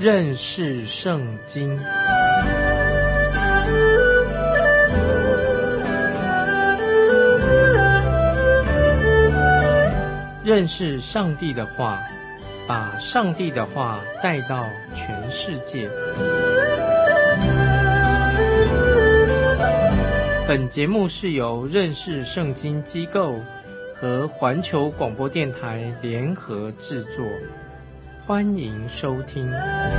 认识圣经。认识上帝的话，把上帝的话带到全世界。本节目是由认识圣经机构和环球广播电台联合制作，欢迎收听。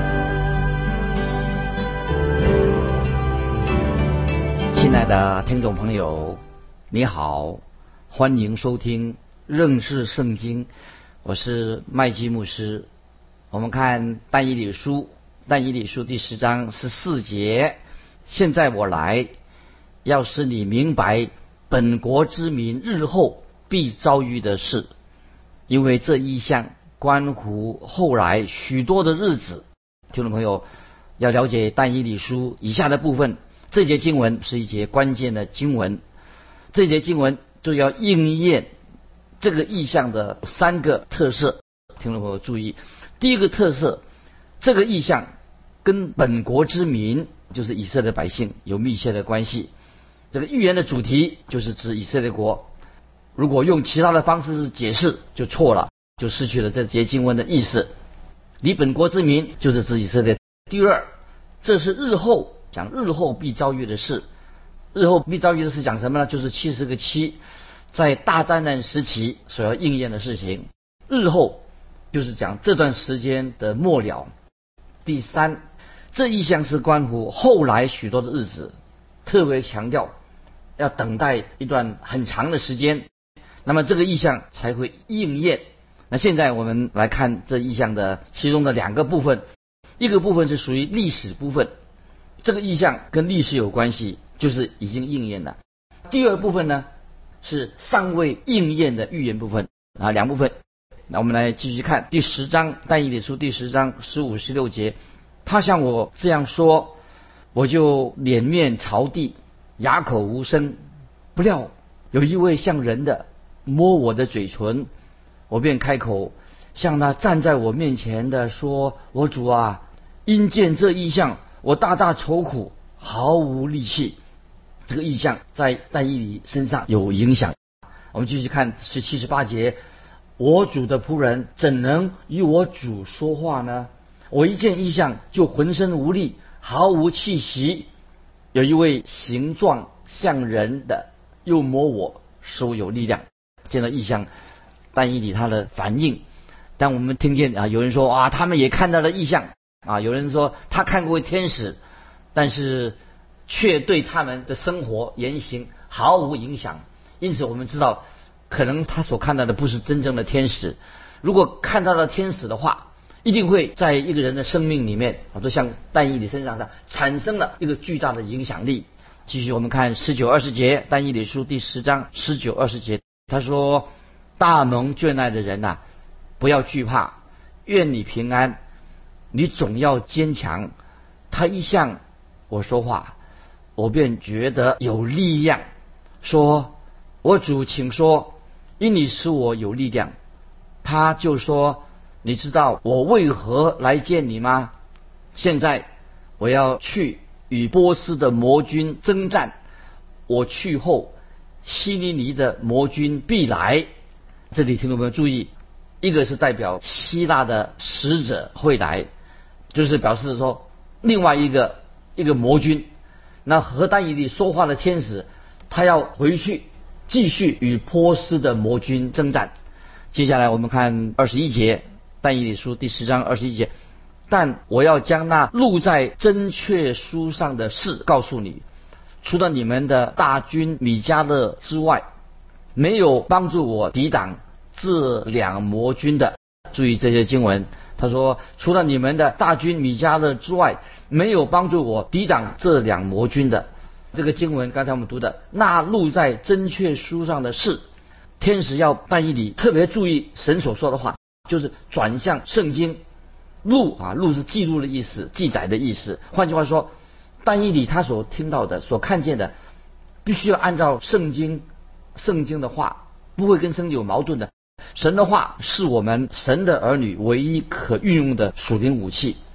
亲爱的听众朋友，你好，欢迎收听认识圣经，我是麦基牧师。我们看但以理书第10章14节，现在我来，要使你明白本国之民日后必遭遇的事，因为这异象关乎后来许多的日子。听众朋友要了解但以理书以下的部分，这节经文是一节关键的经文，这节经文就要应验这个异象的3个特色。听众朋友注意，第一个特色，这个异象跟本国之民，就是以色列百姓有密切的关系。这个预言的主题就是指以色列国，如果用其他的方式解释就错了，就失去了这节经文的意思。离本国之民就是指以色列。第二，这是日后，讲日后必遭遇的事。日后必遭遇的事讲什么呢？就是70个7，在大灾难时期所要应验的事情。日后就是讲这段时间的末了。第三，这异象是关乎后来许多的日子，特别强调要等待一段很长的时间，那么这个异象才会应验。那现在我们来看这异象的其中的2个部分，一个部分是属于历史部分，这个异象跟历史有关系，就是已经应验了。第二部分呢是尚未应验的预言部分，2部分。那我们来继续看第10章，但以理书第10章15、16节。他向我这样说，我就脸面朝地，哑口无声。不料有一位像人的摸我的嘴唇，我便开口向那站在我面前的说：我主啊，因见这异象，我大大愁苦，毫无力气。这个异象在但以理身上有影响。我们继续看17、18节。我主的仆人怎能与我主说话呢？我一见异象就浑身无力，毫无气息。有一位形状像人的又摸我，使我有力量。见到异象，但以理他的反应。但我们听见有人说他们也看到了异象有人说他看过天使，但是却对他们的生活言行毫无影响。因此我们知道，可能他所看到的不是真正的天使。如果看到了天使的话，一定会在一个人的生命里面都像但以理身上产生了一个巨大的影响力。继续我们看19、20节，但以理书第10章19、20节，他说：大蒙眷爱的人不要惧怕，愿你平安，你总要坚强。他一向我说话，我便觉得有力量，说：我主请说，因你使我有力量。他就说：你知道我为何来见你吗？现在我要去与波斯的魔军征战，我去后，希利尼的魔军必来。这里听众朋友注意，一个是代表希腊的使者会来，就是表示说另外一个魔军，那和但以理说话的天使，他要回去继续与波斯的魔军征战。接下来我们看21节，但以理书第10章21节。但我要将那录在真确书上的事告诉你，除了你们的大军米迦勒之外，没有帮助我抵挡这2魔军的。注意这些经文，他说除了你们的大军米迦勒之外，没有帮助我抵挡这2魔军的。这个经文刚才我们读的，那录在真确书上的事，天使要但以理特别注意神所说的话，就是转向圣经。录是记录的意思，记载的意思。换句话说，但以理他所听到的、所看见的，必须要按照圣经的话，不会跟圣经有矛盾的。神的话是我们神的儿女唯一可运用的属灵武器。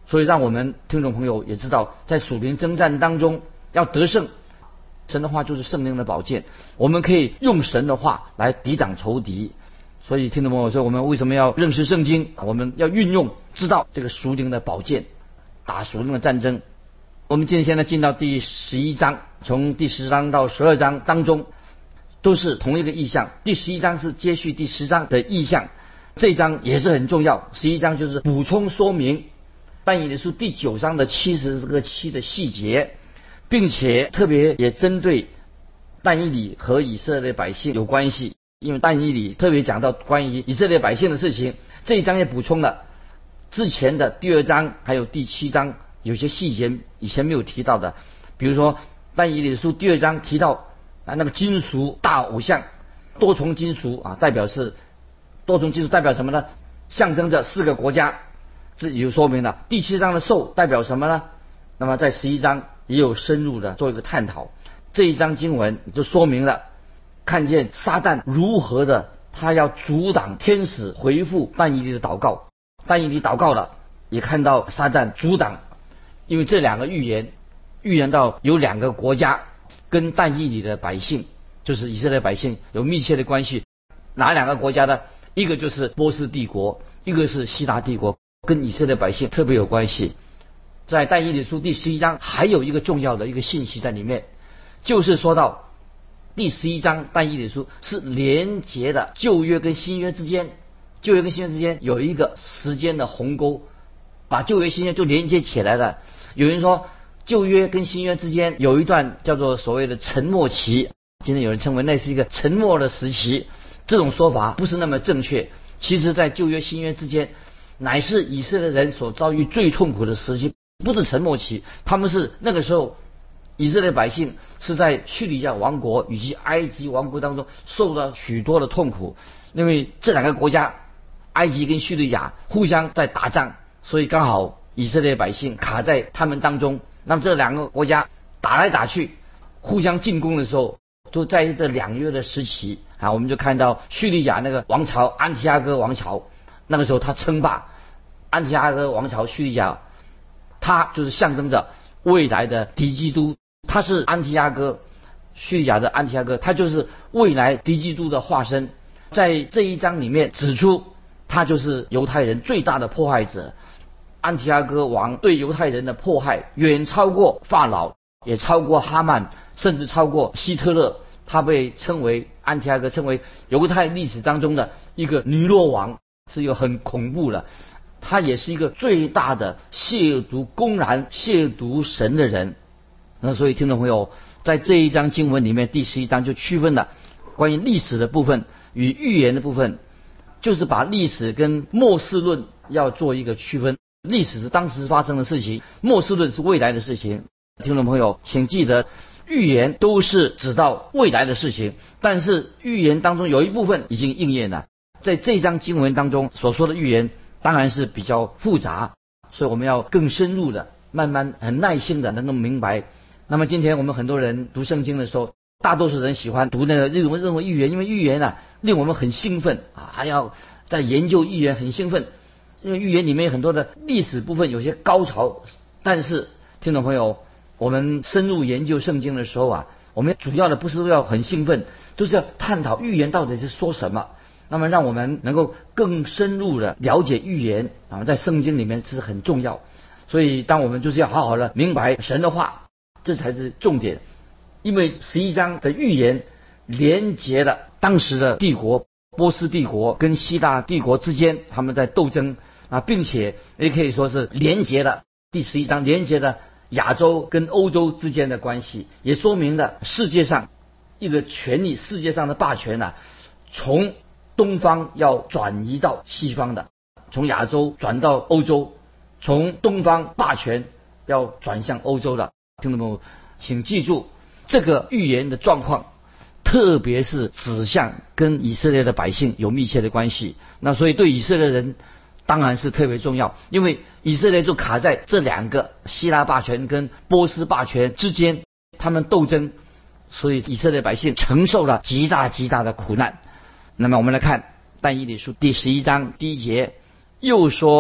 所以让我们听众朋友也知道，在属灵征战当中要得胜，神的话就是圣灵的宝剑，我们可以用神的话来抵挡仇敌。所以听众朋友说，我们为什么要认识圣经？我们要运用知道这个属灵的宝剑，打属灵的战争。我们现在进到第11章，从第10章到12章当中都是同一个意象。第11章是接续第10章的意象，这一章也是很重要。11章就是补充说明但以理书第9章的70个7的细节，并且特别也针对但以理和以色列百姓有关系，因为但以理特别讲到关于以色列百姓的事情，这一章也补充了之前的第2章还有第7章有些细节以前没有提到的。比如说但以理书第2章提到那个金属大偶像，多重金属代表是多重金属代表什么呢？象征着4个国家，这也就说明了。第7章的兽代表什么呢？那么在11章也有深入的做一个探讨。这一章经文就说明了看见撒旦如何的他要阻挡天使回复但以理的祷告，但以理祷告了，也看到撒旦阻挡，因为这2个预言到有2个国家跟但以理的百姓，就是以色列百姓有密切的关系。哪2个国家呢？一个就是波斯帝国，一个是希腊帝国，跟以色列百姓特别有关系。在但以理书第11章还有一个重要的一个信息在里面，就是说到第11章但以理书是连结的旧约跟新约之间，旧约跟新约之间有一个时间的鸿沟，把旧约新约就连接起来了。有人说旧约跟新约之间有一段叫做所谓的沉默期，今天有人称为那是一个沉默的时期，这种说法不是那么正确。其实在旧约新约之间乃是以色列人所遭遇最痛苦的时期，不是沉默期。他们是那个时候以色列百姓是在叙利亚王国以及埃及王国当中受到许多的痛苦，因为这2个国家埃及跟叙利亚互相在打仗，所以刚好以色列百姓卡在他们当中。那么这2个国家打来打去互相进攻的时候，就在这2月的时期我们就看到叙利亚那个王朝安提阿哥王朝，那个时候他称霸安提阿哥王朝叙利亚，他就是象征着未来的敌基督，他是安提阿哥叙利亚的安提阿哥，他就是未来敌基督的化身。在这一章里面指出他就是犹太人最大的迫害者。安提阿哥王对犹太人的迫害远超过法老，也超过哈曼，甚至超过希特勒。他被称为安提阿哥称为犹太历史当中的一个尼罗王，是一个很恐怖的，他也是一个最大的公然亵渎神的人。那所以听众朋友，在这一章经文里面第11章就区分了关于历史的部分与预言的部分，就是把历史跟末世论要做一个区分。历史是当时发生的事情，末世论是未来的事情。听众朋友请记得，预言都是指到未来的事情，但是预言当中有一部分已经应验了。在这一章经文当中所说的预言当然是比较复杂，所以我们要更深入的慢慢很耐心的能够明白。那么今天我们很多人读圣经的时候，大多数人喜欢读那个认为预言，因为预言令我们很兴奋还要在研究预言很兴奋，因为预言里面有很多的历史部分有些高潮。但是听众朋友，我们深入研究圣经的时候我们主要的不是要很兴奋，都是要探讨预言到底是说什么，那么让我们能够更深入的了解预言在圣经里面是很重要。所以当我们就是要好好的明白神的话，这才是重点。因为11章的预言连结了当时的帝国波斯帝国跟希腊帝国之间他们在斗争并且也可以说是连结了第11章连结了亚洲跟欧洲之间的关系，也说明了世界上一个权力，世界上的霸权从东方要转移到西方的，从亚洲转到欧洲，从东方霸权要转向欧洲的。听众朋友请记住，这个预言的状况特别是指向跟以色列的百姓有密切的关系。那所以对以色列人当然是特别重要，因为以色列就卡在这2个希腊霸权跟波斯霸权之间，他们斗争，所以以色列百姓承受了极大极大的苦难。那么我们来看但以理书第11章第1节，又说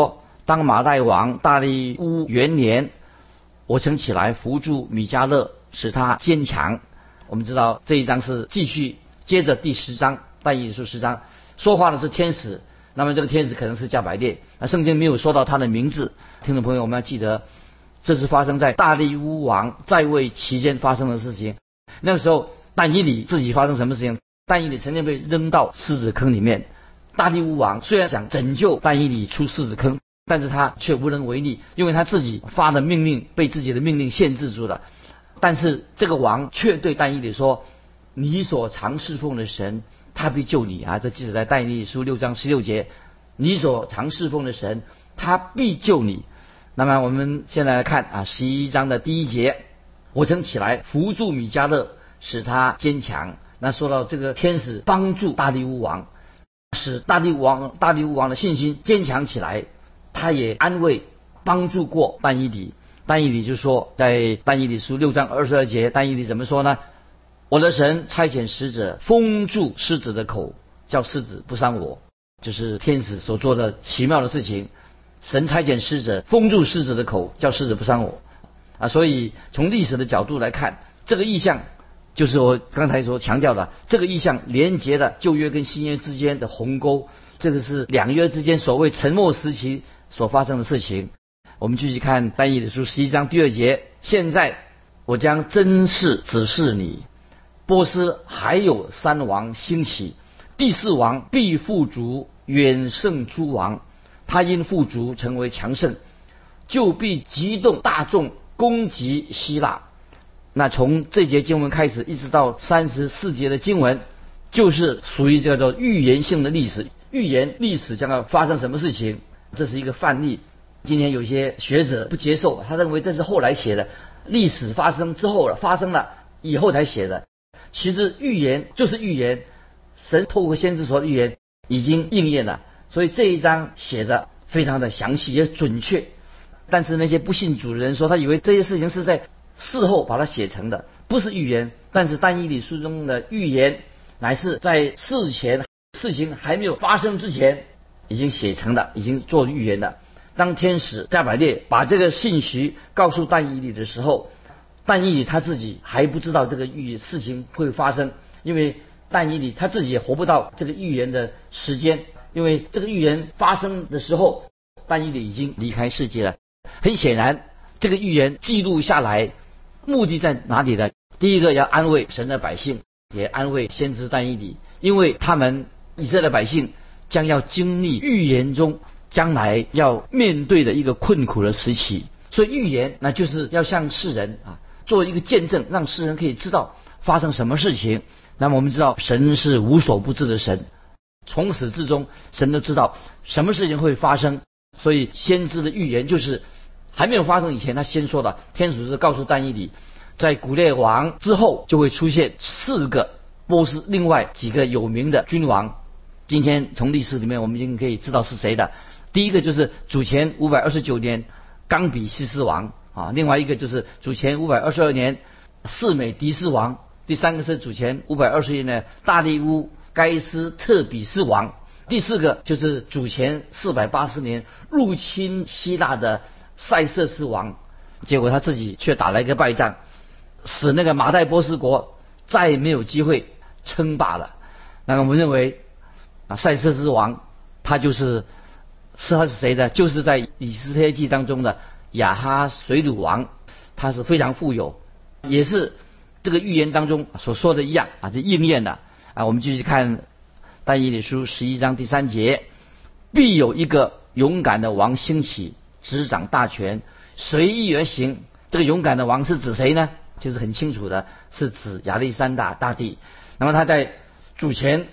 当马代王大利乌元年，我曾起来扶助米迦勒，使他坚强。我们知道这一章是继续接着第10章，但以理书10章说话的是天使，那么这个天使可能是加百列，圣经没有说到他的名字。听众朋友，我们要记得，这是发生在大利乌王在位期间发生的事情。那个时候但以理自己发生什么事情？但以理曾经被扔到狮子坑里面。大利乌王虽然想拯救但以理出狮子坑，但是他却无能为力，因为他自己发的命令被自己的命令限制住了。但是这个王却对但以理说，你所常侍奉的神他必救你啊！这记载在但以理书6章16节，你所常侍奉的神他必救你。那么我们现在来看11章的第1节，我曾起来扶助米迦勒，使他坚强。那说到这个天使帮助大利乌王，使大利乌王的信心坚强起来，他也安慰帮助过但以理。但以理就说，在但以理书6章22节，但以理怎么说呢？我的神差遣使者封住狮子的口，叫狮子不伤我。就是天使所做的奇妙的事情，神差遣使者封住狮子的口，叫狮子不伤我所以从历史的角度来看，这个意象就是我刚才所强调的，这个意象连结了旧约跟新约之间的鸿沟，这个是两约之间所谓沉默时期所发生的事情。我们继续看但以理书11章第2节，现在我将真事指示你，波斯还有3王兴起，第4王必富足，远胜诸王，他因富足成为强盛，就必激动大众攻击希腊。那从这节经文开始一直到34节的经文，就是属于叫做预言性的历史，预言历史将要发生什么事情，这是一个范例。今天有些学者不接受，他认为这是后来写的，历史发生之后了，发生了以后才写的。其实预言就是预言，神透过先知所的预言已经应验了，所以这一章写的非常的详细也准确。但是那些不信主的人说，他以为这些事情是在事后把它写成的，不是预言。但是但以理书中的预言乃是在事前事情还没有发生之前已经写成的，已经做预言的。当天使加百列把这个信息告诉但以理的时候，但以理他自己还不知道这个事情会发生，因为但以理他自己也活不到这个预言的时间，因为这个预言发生的时候，但以理已经离开世界了。很显然，这个预言记录下来，目的在哪里呢？第一个要安慰神的百姓，也安慰先知但以理，因为他们以色列百姓将要经历预言中将来要面对的一个困苦的时期。所以预言那就是要向世人做一个见证，让世人可以知道发生什么事情。那么我们知道神是无所不知的神，从始至终神都知道什么事情会发生，所以先知的预言就是还没有发生以前他先说的。天使是告诉但以理，在古列王之后就会出现4个波斯另外几个有名的君王。今天从历史里面我们已经可以知道是谁的。第一个就是主前529年冈比西斯王另外一个就是主前522年士美狄斯王，第3个是主前521年大利乌该斯特比斯王，第4个就是主前480年入侵希腊的塞瑟斯王。结果他自己却打了一个败仗，使那个马代波斯国再也没有机会称霸了。那么我们认为塞瑟斯王他是谁的？就是在以斯帖记当中的亚哈水鲁王，他是非常富有，也是这个预言当中所说的一样这应验的我们继续看但以理书11章第3节，必有一个勇敢的王兴起，执掌大权，随意而行。这个勇敢的王是指谁呢？就是很清楚的，是指亚历山大大帝。那么他在主前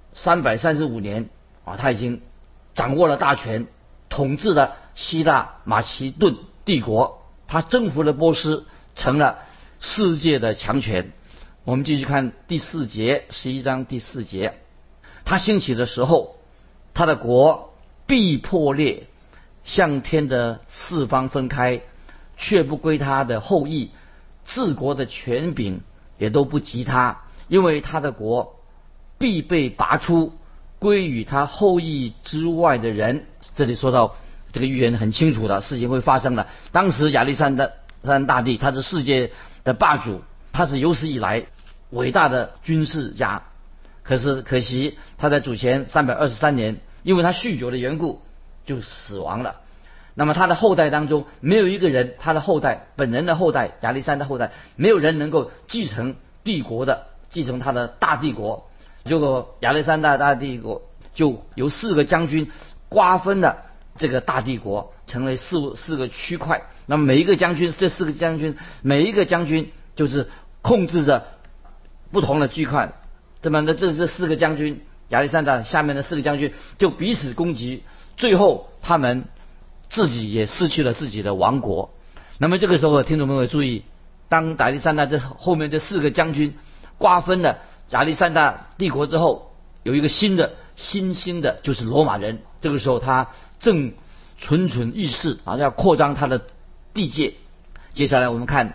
335年他已经掌握了大权，统治了希腊马其顿帝国，他征服了波斯，成了世界的强权。我们继续看第4节，11章第4节，他兴起的时候，他的国必破裂，向天的四方分开，却不归他的后裔，治国的权柄也都不及他，因为他的国必被拔出，归于他后裔之外的人。这里说到这个预言很清楚的，事情会发生的。当时亚历山大帝他是世界的霸主，他是有史以来伟大的军事家，可惜他在主前323年因为他酗酒的缘故就死亡了。那么他的后代当中没有一个人，他的后代本人的后代亚历山大后代没有人能够继承帝国的，继承他的大帝国。结果亚历山大大帝国就由4个将军瓜分了这个大帝国，成为四个区块。那么每一个将军，这4个将军，每一个将军就是控制着不同的区块。这么这4个将军，亚历山大下面的4个将军就彼此攻击，最后他们自己也失去了自己的王国。那么这个时候，听众朋友注意，当亚历山大后面这4个将军瓜分了亚历山大帝国之后，有一个新兴的就是罗马人。这个时候他正蠢蠢欲试要扩张他的地界。接下来我们看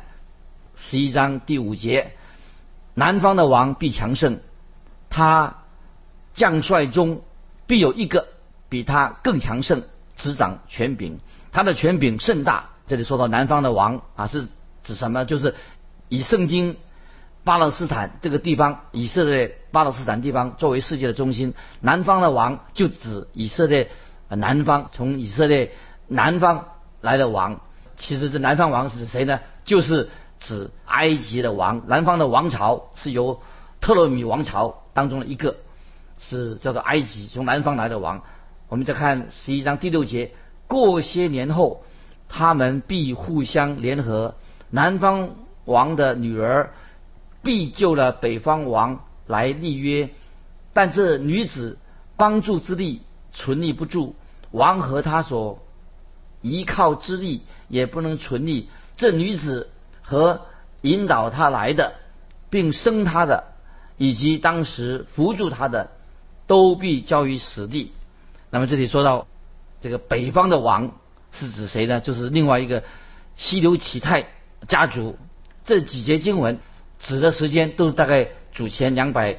11章第5节，南方的王必强盛，他将帅中必有一个比他更强盛，执掌权柄，他的权柄甚大。这里说到南方的王是指什么？就是以圣经巴勒斯坦这个地方，以色列巴勒斯坦地方作为世界的中心，南方的王就指以色列南方，从以色列南方来的王。其实这南方王是指谁呢？就是指埃及的王。南方的王朝是由特洛米王朝当中的一个，是叫做埃及，从南方来的王。我们再看11章第6节，过些年后，他们必互相联合，南方王的女儿必救了北方王来立约，但这女子帮助之力存立不住，王和他所依靠之力也不能存立。这女子和引导他来的并生他的，以及当时扶助他的，都必交于死地。那么这里说到这个北方的王是指谁呢？就是另外一个西流启泰家族。这几节经文指的时间都是大概主前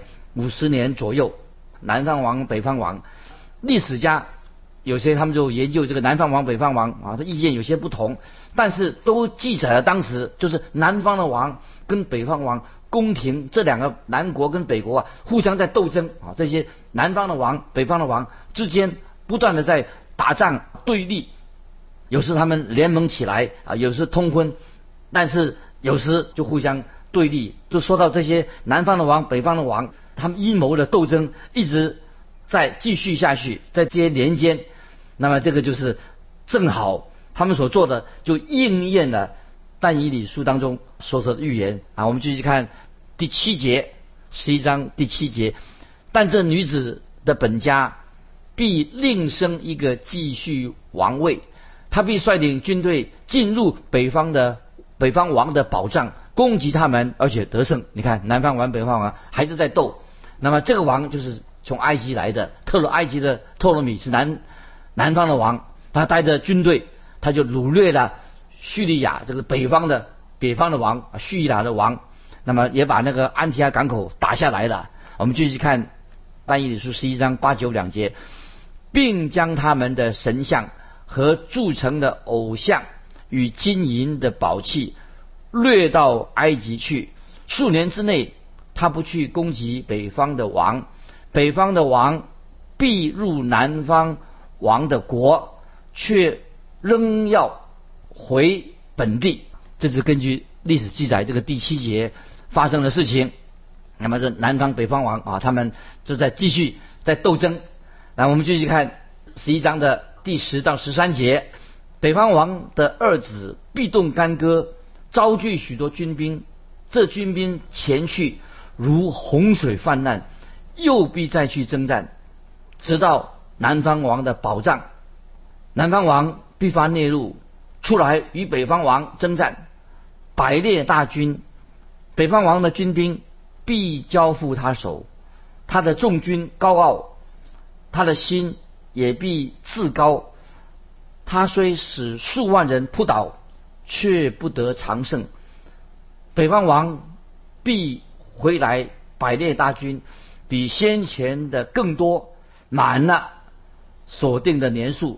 250年左右。南方王北方王，历史家有些他们就研究这个南方王北方王他意见有些不同，但是都记载了当时就是南方的王跟北方王宫廷，这2个南国跟北国互相在斗争这些南方的王北方的王之间不断的在打仗对立，有时他们联盟起来有时通婚，但是有时就互相对立。就说到这些南方的王北方的王，他们阴谋的斗争一直在继续下去，在这些年间，那么这个就是正好他们所做的就应验了但以理书当中所说的预言我们继续看第7节，11章第7节，但这女子的本家必另生一个继续王位，他必率领军队进入北方王的保障，攻击他们，而且得胜。你看南方王北方王还是在斗。那么这个王就是从埃及来的，埃及的特洛米是南方的王，他带着军队，他就掳掠了叙利亚这个北方的王叙利亚的王，那么也把那个安提阿港口打下来了。我们继续看但以理书11章8、9两节，并将他们的神像和铸成的偶像与金银的宝器掠到埃及去。数年之内，他不去攻击北方的王，北方的王必入南方王的国，却仍要回本地。这是根据历史记载这个第7节发生的事情。那么这南方北方王他们就在继续在斗争。那我们继续看11章的第10到13节，北方王的儿子必动干戈，招聚许多军兵，这军兵前去如洪水泛滥，又必再去征战，直到南方王的保障。南方王必发烈怒，出来与北方王征战，百列大军，北方王的军兵必交付他手，他的众军高傲，他的心也必自高。他虽使数万人扑倒，却不得长胜。北方王必回来，百列大军比先前的更多，满了所定的年数，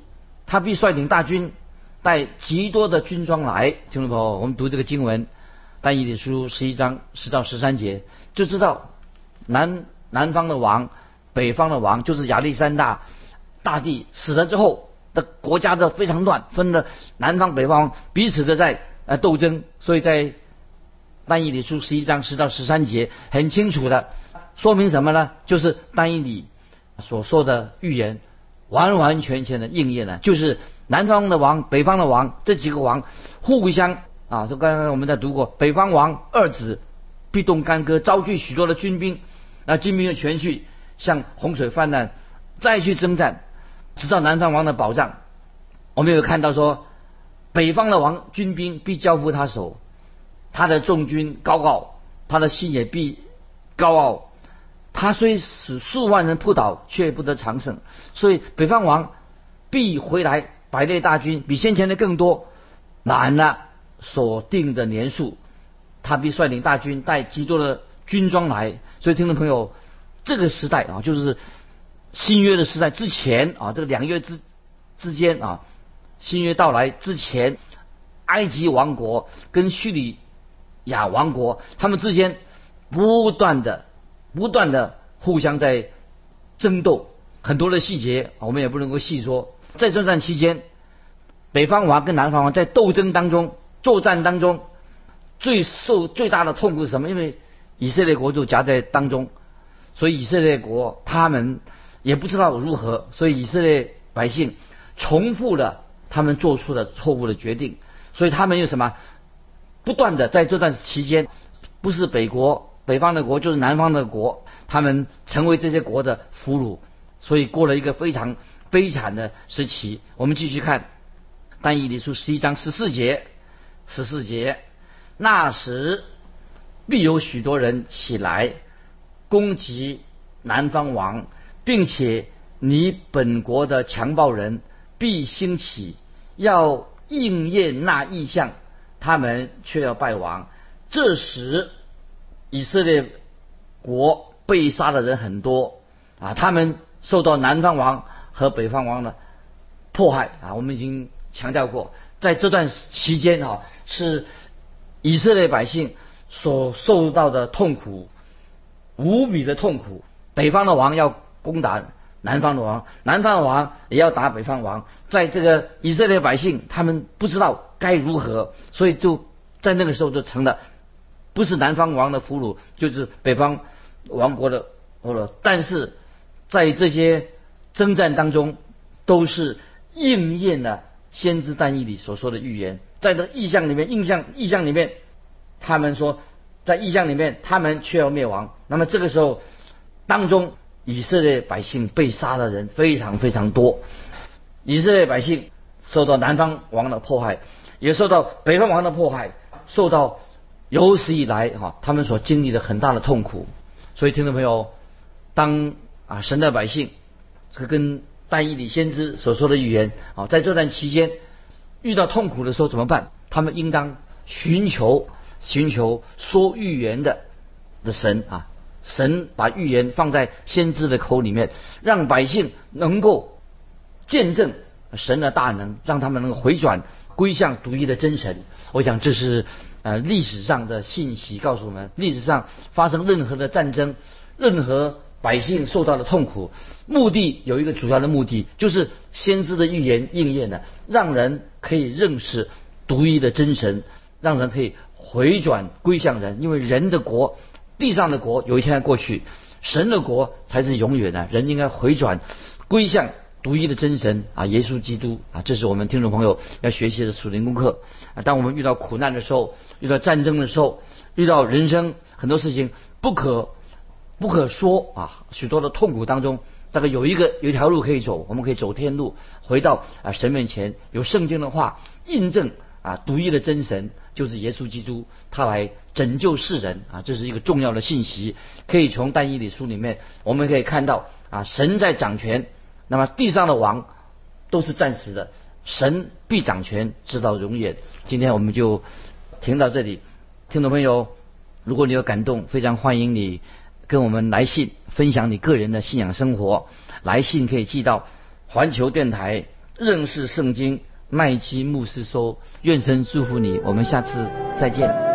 他必率领大军，带极多的军装来。听众朋友，我们读这个经文，但以理书11章10到13节，就知道南方的王、北方的王，就是亚历山大大帝死了之后的国家的非常乱，分了南方北方彼此的在斗争。所以在但以理书11章10到13节很清楚的说明什么呢？就是但以理所说的预言完完全全的应验了，就是南方的王、北方的王这几个王互相就刚才我们在读过，北方王二子必动干戈，招聚许多的军兵，那军兵就全去向洪水泛滥，再去征战，直到南方王的保障。我们有看到说，北方的王军兵必交付他手，他的众军高傲，他的心也必高傲。他虽使数万人扑倒，却不得长胜。所以北方王必回来，百列大军比先前的更多，满了所定的年数。他必率领大军，带极多的军装来。所以听众朋友，这个时代就是新约的时代之前这个两约之间新约到来之前，埃及王国跟叙利亚王国他们之间不断的互相在争斗，很多的细节我们也不能够细说。在这段期间，北方王跟南方王在斗争当中、作战当中，最大的痛苦是什么？因为以色列国就夹在当中，所以以色列国他们也不知道如何，所以以色列百姓重复了他们做出的错误的决定。所以他们有什么？不断的在这段期间，不是北方的国，就是南方的国，他们成为这些国的俘虏，所以过了一个非常悲惨的时期。我们继续看但以理书11章14节，那时必有许多人起来攻击南方王，并且你本国的强暴人必兴起，要应验那异象，他们却要败亡。这时以色列国被杀的人很多他们受到南方王和北方王的迫害我们已经强调过，在这段期间是以色列百姓所受到的痛苦，无比的痛苦。北方的王要攻打南方的王，南方的王也要打北方王，在这个以色列百姓他们不知道该如何，所以就在那个时候就成了不是南方王的俘虏，就是北方王国的俘虏。但是在这些征战当中，都是应验了先知但以理所说的预言。在这个意象里面，他们说在意象里面他们却要灭亡。那么这个时候当中，以色列百姓被杀的人非常非常多，以色列百姓受到南方王的迫害，也受到北方王的迫害，受到有史以来他们所经历的很大的痛苦。所以听众朋友，当神的百姓跟但以理先知所说的预言在这段期间遇到痛苦的时候怎么办？他们应当寻求说预言的神神把预言放在先知的口里面，让百姓能够见证神的大能，让他们能够回转归向独一的真神。我想这是历史上的信息告诉我们，历史上发生任何的战争，任何百姓受到的痛苦，目的有一个主要的目的，就是先知的预言应验了，让人可以认识独一的真神，让人可以回转归向人。因为人的国，地上的国有一天要过去，神的国才是永远的。人应该回转归向独一的真神耶稣基督这是我们听众朋友要学习的属灵功课当我们遇到苦难的时候，遇到战争的时候，遇到人生很多事情不可说许多的痛苦当中，大概有一条路可以走，我们可以走天路，回到神面前，有圣经的话印证独一的真神就是耶稣基督，他来拯救世人这是一个重要的信息。可以从但以理书里面我们可以看到神在掌权，那么地上的王都是暂时的，神必掌权直到永远。今天我们就停到这里。听众朋友，如果你有感动，非常欢迎你跟我们来信分享你个人的信仰生活。来信可以寄到环球电台认识圣经麦基牧师说，愿神祝福你，我们下次再见。